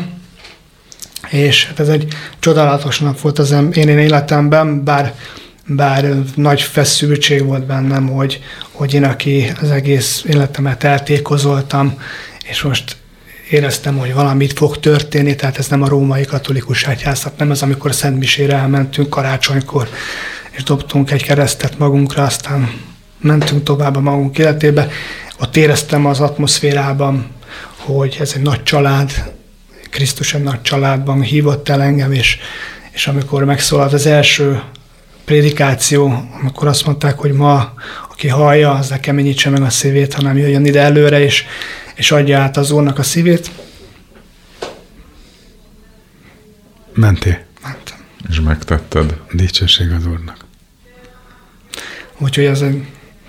és hát ez egy csodálatos nap volt az én életemben, bár nagy feszültség volt bennem, hogy én, aki az egész életemet eltékozoltam, és most éreztem, hogy valamit fog történni, tehát ez nem a római katolikus egyházat, nem ez, amikor Szent Misére elmentünk karácsonykor, és dobtunk egy keresztet magunkra, aztán mentünk tovább a magunk életébe. Ott éreztem az atmoszférában, hogy ez egy nagy család, Krisztus egy nagy családban hívott el engem, és amikor megszólalt az első prédikáció, amikor azt mondták, hogy ma, aki hallja, az ne keményítse meg a szívét, hanem jöjjön ide előre, és adja át az Úrnak a szívét. Mentél. Mentem. És megtetted. Dicsőség az Úrnak. Úgyhogy ez egy...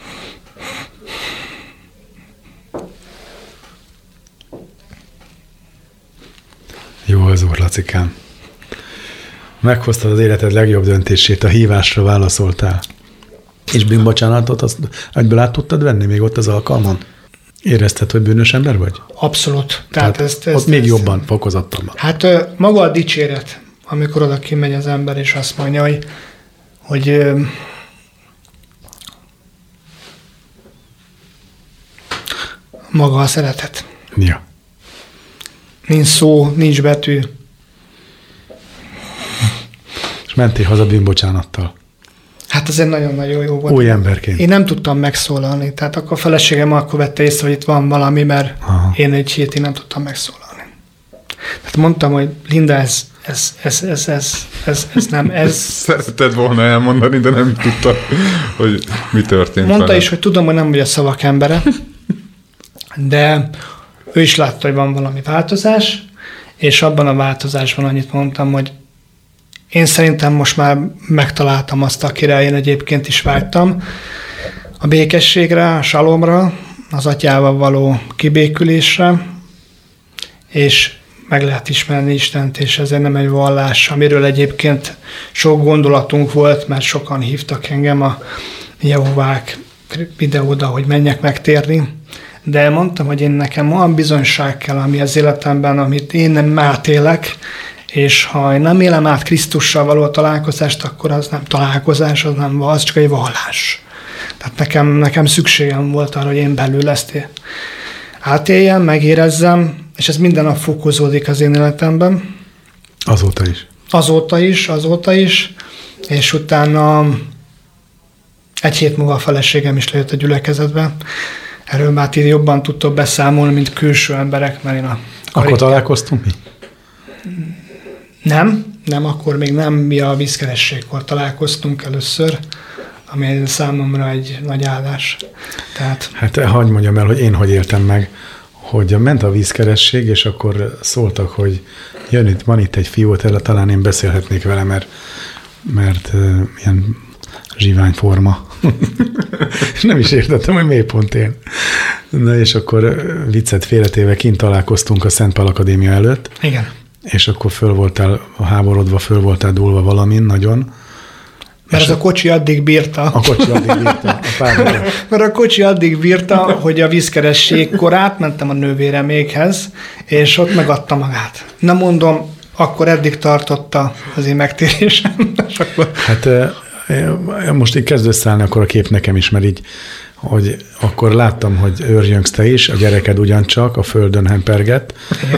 Jó az Úr, Lacikám. Meghoztad az életed legjobb döntését, a hívásra válaszoltál. És bűnbocsánatot azt egyből át tudtad venni még ott az alkalmon? Érezted, hogy bűnös ember vagy? Abszolút. Tehát ott még jobban, fokozottabban. Hát maga a dicséret, amikor oda kimegy az ember, és azt mondja, hogy maga a szeretet. Ja. Nincs szó, nincs betű. És mentél haza bűnbocsánattal. Hát ez egy nagyon-nagyon jó volt. Új emberként. Én nem tudtam megszólalni, tehát akkor a feleségem akkor vette észre, hogy itt van valami, mert én egy hétig nem tudtam megszólalni. Tehát mondtam, hogy Linda, ez nem, ez... Szeretted volna elmondani, de nem tudta, hogy mi történt. Mondta vele. is, hogy tudom, hogy nem vagy a szavak embere, de ő is látta, hogy van valami változás, és abban a változásban annyit mondtam, hogy én szerintem most már megtaláltam azt, akire én egyébként is vágytam, a békességre, a salomra, az atyával való kibékülésre, és meg lehet ismerni Istent, és ez nem egy vallás, amiről egyébként sok gondolatunk volt, mert sokan hívtak engem a Jehovák videóda, hogy menjek megtérni, de mondtam, hogy én nekem olyan bizonyság kell, ami az életemben, amit én nem átélek, és ha én nem élem át Krisztussal való találkozást, akkor az nem találkozás, az csak egy vallás. Tehát nekem szükségem volt arra, hogy én belül ezt átéljem, megérezzem, és ez minden nap fokozódik az én életemben. Azóta is, és utána egy hét múlva a feleségem is lejött a gyülekezetbe. erről már ti jobban tudtok beszámolni, mint külső emberek, mert én Akkor találkoztunk mi? Nem, akkor még nem, mi a vízkerességkor találkoztunk először, ami számomra egy nagy áldás. Tehát... Hát hagyd mondjam el, hogy én hogy éltem meg, hogy ment a vízkeresség, és akkor szóltak, hogy van itt egy fiú, talán én beszélhetnék vele, mert ilyen zsivány forma. Nem is értettem, hogy miért pont én. Na és akkor viccet félretéve kint találkoztunk a Szent Pál Akadémia előtt. Igen. És akkor föl voltál háborodva, föl voltál dúlva valamin nagyon. Mert az a kocsi addig bírta. A kocsi addig bírta. Mert a kocsi addig bírta, hogy a vízkerességkor átmentem a nővéreméghez, és ott megadta magát. Na mondom, akkor eddig tartotta az én megtérésem. Hát most így kezd összeállni akkor a kép nekem is, mert így, hogy akkor láttam, hogy őrjöngsz te is, a gyereked ugyancsak, a földön hempergett.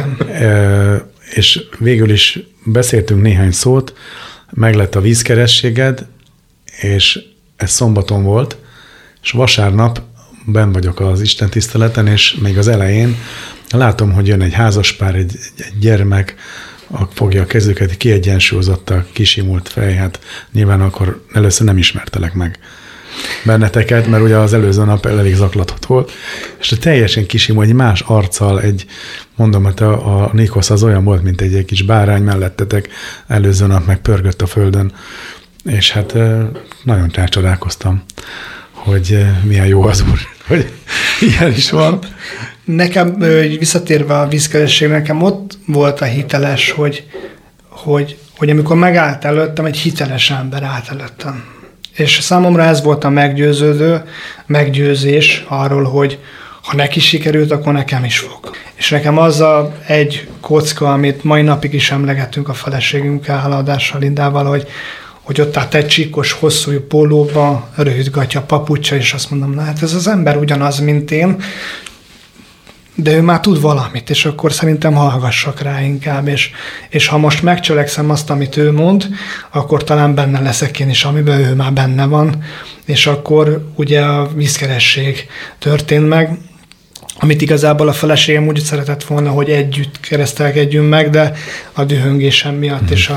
És végül is beszéltünk néhány szót, meglett a vízkerességed, és ez szombaton volt, és vasárnap benn vagyok az istentiszteleten, és még az elején látom, hogy jön egy házaspár, egy gyermek, fogja a kezüket, kiegyensúlyozottak, kisimult fej, hát nyilván akkor először nem ismertelek meg benneteket, mert ugye az előző nap elég zaklatott volt, és teljesen kisimult, egy más arccal, mondom, hogy a Nikosz az olyan volt, mint egy kis bárány mellettetek, előző nap meg pörgött a földön, és hát nagyon rácsodálkoztam, hogy milyen jó az Úr, hogy ilyen is van. Nekem, visszatérve a vízkerességre, nekem ott volt a hiteles, hogy amikor megállt előttem, egy hiteles ember állt előttem. És számomra ez volt a meggyőzés arról, hogy ha neki sikerült, akkor nekem is fog. És nekem az egy kocka, amit mai napig is emlegetünk a feleségünkkel, hálaadással, Lindával, hogy ott állt egy csíkos, hosszú pólóba, röhöggatja papucsa, és azt mondom, na hát ez az ember ugyanaz, mint én, de ő már tud valamit, és akkor szerintem hallgassak rá inkább, és ha most megcselekszem azt, amit ő mond, akkor talán benne leszek én is, amiben ő már benne van, és akkor ugye a vízkeresség történt meg, amit igazából a feleségem úgy szeretett volna, hogy együtt keresztelkedjünk meg, de a dühöngésem miatt és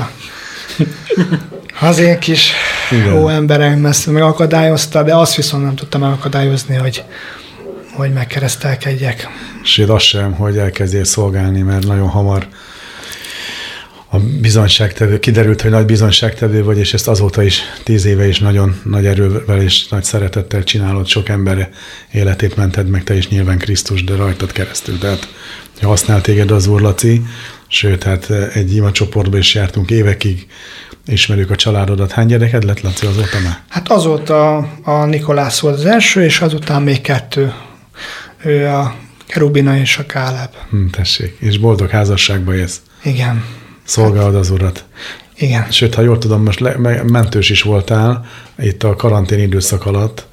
az én kis jó emberem ezt megakadályozta, de azt viszont nem tudtam megakadályozni, hogy megkeresztelkedjek. És az sem, hogy elkezdjél szolgálni, mert nagyon hamar a bizonyságtevő, kiderült, hogy nagy bizonyságtevő vagy, és ezt azóta is 10 éve is nagyon nagy erővel és nagy szeretettel csinálod, sok ember életét mented meg, te is nyilván Krisztus, de rajtad keresztül. Tehát használ téged az Úr, Laci, sőt, hát egy imacsoportban is jártunk évekig, ismerjük a családodat. Hány gyereked lett, Laci, azóta már? Hát azóta a Nikolász volt az első, és azután még 2. Ő a Kerubina és a Káleb. Tessék, és boldog házasságba élsz. Igen. Szolgálod az Urat. Igen. Sőt, ha jól tudom, most mentős is voltál itt a karantén időszak alatt.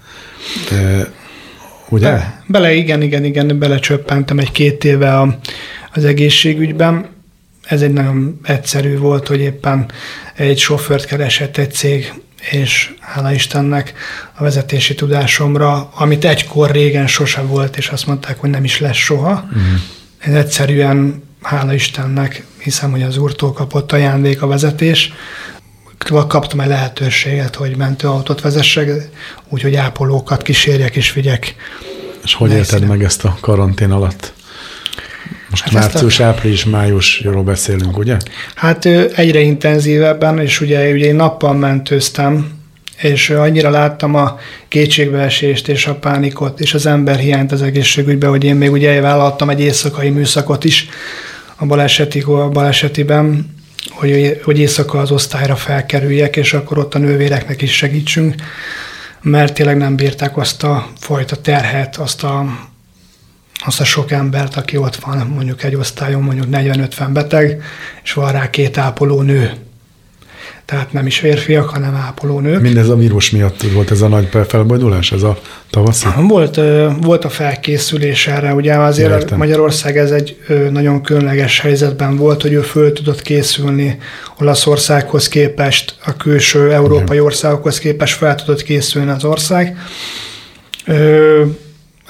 Ugye? Igen, belecsöppentem 2 éve az egészségügyben. Ez egy nagyon egyszerű volt, hogy éppen egy sofőrt keresett egy cég, és hála Istennek a vezetési tudásomra, amit egykor régen sose volt, és azt mondták, hogy nem is lesz soha. Ez egyszerűen hála Istennek, hiszem, hogy az Úrtól kapott ajándék a vezetés. Kaptam egy lehetőséget, hogy mentőautót vezessek, úgyhogy ápolókat kísérjek és vigyek. És hogy élted meg ezt a karantén alatt? Most hát március, április, májusról beszélünk, ugye? Hát egyre intenzívebben, és ugye én nappal mentőztem, és annyira láttam a kétségbeesést és a pánikot, és az emberhiányt az egészségügyben, hogy én még ugye vállaltam egy éjszakai műszakot is a balesetiben, hogy éjszaka az osztályra felkerüljek, és akkor ott a nővéreknek is segítsünk, mert tényleg nem bírták azt a fajta terhet, azt a sok embert, aki ott van, mondjuk egy osztályon, mondjuk 40-50 beteg, és van rá 2 ápolónő. Tehát nem is férfiak, hanem ápolónők. Mindez a vírus miatt volt ez a nagy felbojdulás, ez a tavaszi? Volt a felkészülés erre, ugye azért értem. Magyarország ez egy nagyon különleges helyzetben volt, hogy ő föl tudott készülni Olaszországhoz képest, a külső európai országokhoz képest fel tudott készülni az ország.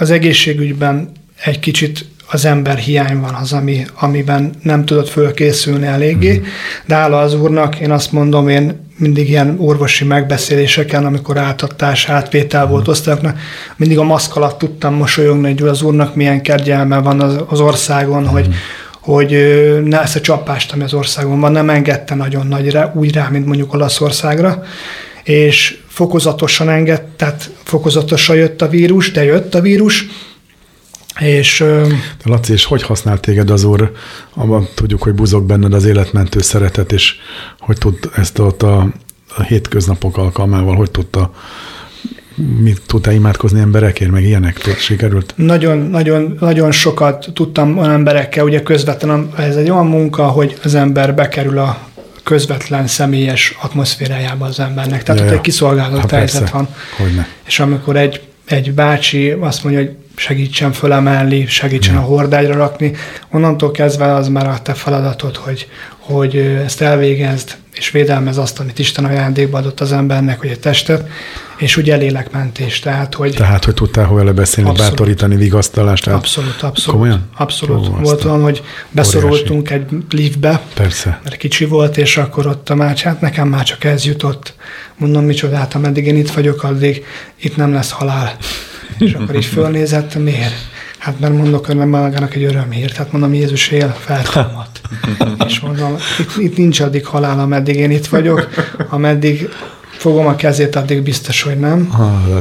az egészségügyben egy kicsit az ember hiány van az, amiben nem tudott fölkészülni eléggé, de hála az Úrnak, én azt mondom, én mindig ilyen orvosi megbeszéléseken, amikor átadás, átvétel volt osztályoknak, mindig a maszk alatt tudtam mosolyogni, hogy az Úrnak milyen kegyelme van az országon, hogy ne ezt a csapást, ami az országon van, nem engedte nagyon nagyra, úgy rá, mint mondjuk Olaszországra, és fokozatosan tehát fokozatosan jött a vírus, de jött a vírus, és... De Laci, és hogy használt téged az Úr? Abban tudjuk, hogy buzog benned az életmentő szeretet, és hogy tud ezt ott a hétköznapok alkalmával, hogy tudtál imádkozni emberekért, meg ilyenek sikerült? Nagyon sokat tudtam olyan emberekkel, ugye közvetlenül, ez egy olyan munka, hogy az ember bekerül a közvetlen személyes atmoszférájába az embernek. Tehát ott egy kiszolgálott helyzet van. Hogyne. És amikor egy bácsi azt mondja, hogy segítsen fölemelni, segítsen a hordágyra rakni, onnantól kezdve az már a te feladatod, hogy ezt elvégezd, és védelmez azt, amit Isten ajándékba adott az embernek, hogy egy testet, és ugye lélekmentés. Tehát, hogy tudtál vele beszélni, abszolút, bátorítani, vigasztalást? Abszolút. Komolyan? Abszolút. Volt olyan, hogy beszorultunk egy liftbe, persze, mert kicsi volt, és akkor ott a mács, hát nekem már csak ez jutott. Mondom, micsodát, ameddig én itt vagyok, addig itt nem lesz halál. És akkor így fölnézett, miért? Hát mert mondok önnek magának egy örömhírt. Hát mondom, Jézus él, feltámadt. És mondom, itt nincs addig halál, ameddig én itt vagyok, ameddig fogom a kezét, addig biztos, hogy nem.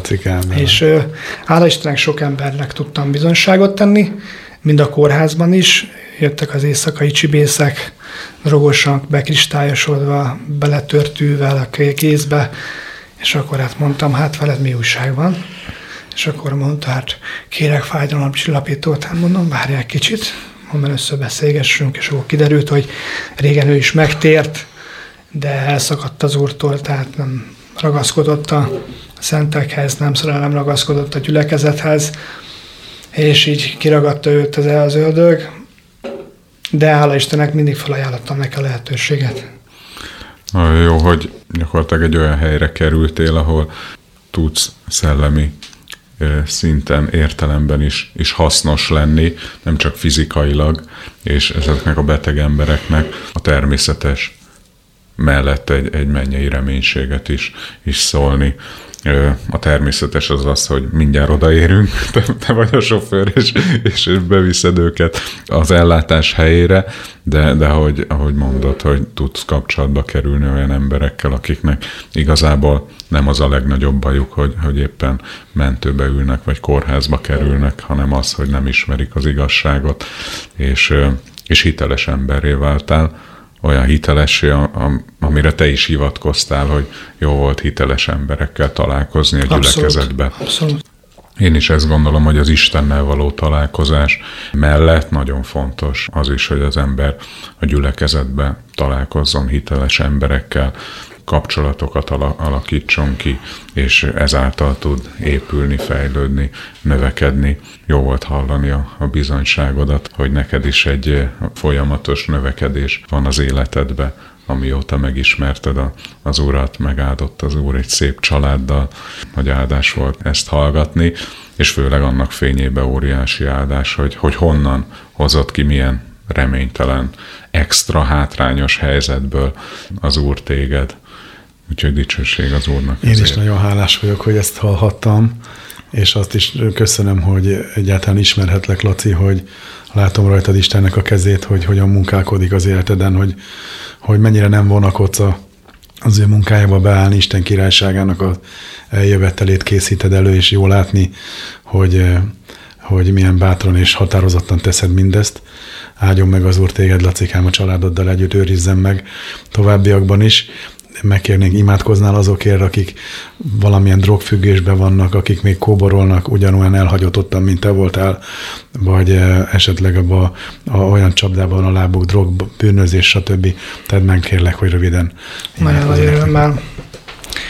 És hála Istennek sok embernek tudtam bizonyságot tenni, mind a kórházban is. Jöttek az éjszakai csibészek, drogosak, bekristályosodva, beletörtűvel a kézbe, és akkor hát mondtam, hát veled mi újság van? És akkor mondta, hát kérek fájdalomcsillapítót. Hát mondom, várj egy kicsit, mondom, először beszélgessünk, és akkor kiderült, hogy régen ő is megtért, de elszakadt az Úrtól, tehát nem ragaszkodott a szentekhez, nem ragaszkodott a gyülekezethez, és így kiragadta őt az ördög, de hála Istennek mindig felajánlottam neki a lehetőséget. Nagyon jó, hogy gyakorlatilag egy olyan helyre kerültél, ahol tudsz szellemi szinten, értelemben is hasznos lenni, nem csak fizikailag, és ezeknek a beteg embereknek a természetes mellett egy mennyei reménységet is szólni. A természetes az, hogy mindjárt odaérünk, te vagy a sofőr, és beviszed őket az ellátás helyére, de ahogy mondod, hogy tudsz kapcsolatba kerülni olyan emberekkel, akiknek igazából nem az a legnagyobb bajuk, hogy éppen mentőbe ülnek, vagy kórházba kerülnek, hanem az, hogy nem ismerik az igazságot, és hiteles emberré váltál, olyan hitelessé, amire te is hivatkoztál, hogy jó volt hiteles emberekkel találkozni a gyülekezetben. Abszolút. Én is ezt gondolom, hogy az Istennel való találkozás mellett nagyon fontos az is, hogy az ember a gyülekezetben találkozzon hiteles emberekkel, kapcsolatokat alakítson ki, és ezáltal tud épülni, fejlődni, növekedni. Jó volt hallani a bizonyságodat, hogy neked is egy folyamatos növekedés van az életedben, amióta megismerted az Urat, megáldott az Úr egy szép családdal, hogy áldás volt ezt hallgatni, és főleg annak fényében óriási áldás, hogy honnan hozott ki, milyen reménytelen, extra hátrányos helyzetből az Úr téged. Úgyhogy dicsőség az Úrnak. Én is nagyon hálás vagyok, hogy ezt hallhattam, és azt is köszönöm, hogy egyáltalán ismerhetlek, Laci, hogy látom rajtad Istennek a kezét, hogy hogyan munkálkodik az életeden, hogy mennyire nem vonakodsz az ő munkájába beállni, Isten királyságának a eljövetelét készíted elő, és jól látni, hogy milyen bátran és határozottan teszed mindezt. Áldjon meg az Úr téged, Lacikám, a családoddal együtt, őrizzen meg továbbiakban is. Megkérnénk, imádkoznál azokért, akik valamilyen drogfüggésben vannak, akik még kóborolnak, ugyanolyan elhagyotottan, mint te voltál, vagy esetleg olyan csapdában a lábuk, drog, bűnözés, stb. Tedd meg, kérlek, hogy röviden. Nagyon nagy örömmel.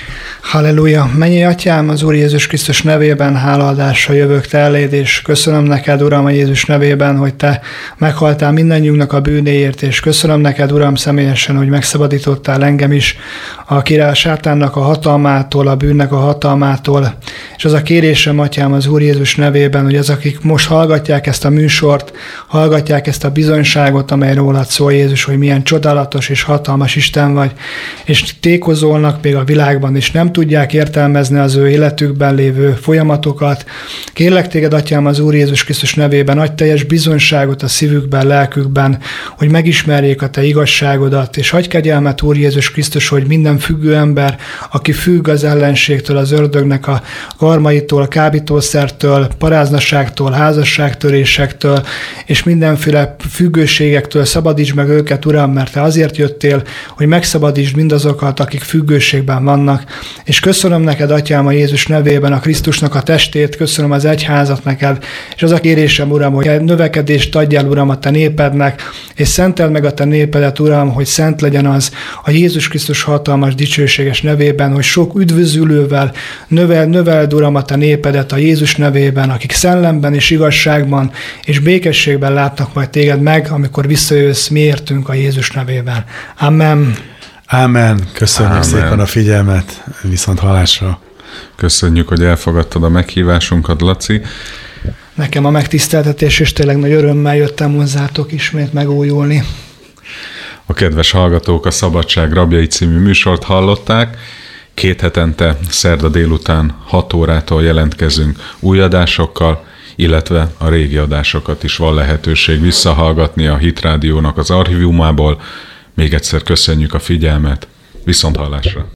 Halleluja! Mennyi Atyám, az Úr Jézus Krisztus nevében hálaadással jövök Te eléd, és köszönöm neked, Uram, a Jézus nevében, hogy Te meghaltál mindannyiunknak a bűnéért, és köszönöm neked, Uram, személyesen, hogy megszabadítottál engem is a király sátánnak a hatalmától, a bűnnek a hatalmától. És az a kérésem, Atyám, az Úr Jézus nevében, hogy az, akik most hallgatják ezt a műsort, hallgatják ezt a bizonyságot, amely rólad szól, Jézus, hogy milyen csodálatos és hatalmas Isten vagy, és tékozolnak még a világban, és nem tudják értelmezni az ő életükben lévő folyamatokat. Kérlek téged, Atyám, az Úr Jézus Krisztus nevében, adj teljes bizonyságot a szívükben, lelkükben, hogy megismerjék a te igazságodat, és adj kegyelmet, Úr Jézus Krisztus, hogy minden függő ember, aki függ az ellenségtől, az ördögnek a karmaitól, kábítószertől, paráznaságtól, házasságtörésektől, és mindenféle függőségektől szabadíts meg őket, Uram, mert te azért jöttél, hogy megszabadítsd mindazokat, akik függőségben vannak. És köszönöm neked, Atyám, a Jézus nevében a Krisztusnak a testét, köszönöm az egyházat neked, és az a kérésem, Uram, hogy növekedést adjál, Uram, a te népednek, és szenteld meg a te népedet, Uram, hogy szent legyen az a Jézus Krisztus hatalmas, dicsőséges nevében, hogy sok üdvözülővel növeld, Uram, a te népedet a Jézus nevében, akik szellemben és igazságban és békességben látnak majd téged meg, amikor visszajössz mi értünk a Jézus nevében. Amen. Ámen. Köszönjük Ámen. szépen a figyelmet, viszont hallásra. Köszönjük, hogy elfogadtad a meghívásunkat, Laci. Nekem a megtiszteltetés, és tényleg nagy örömmel jöttem hozzátok ismét megújulni. A kedves hallgatók a Szabadság rabjai című műsort hallották. 2 hetente szerda délután 6 órától jelentkezünk új adásokkal, illetve a régi adásokat is van lehetőség visszahallgatni a Hit Rádiónak az archívumából. Még egyszer köszönjük a figyelmet, viszonthallásra!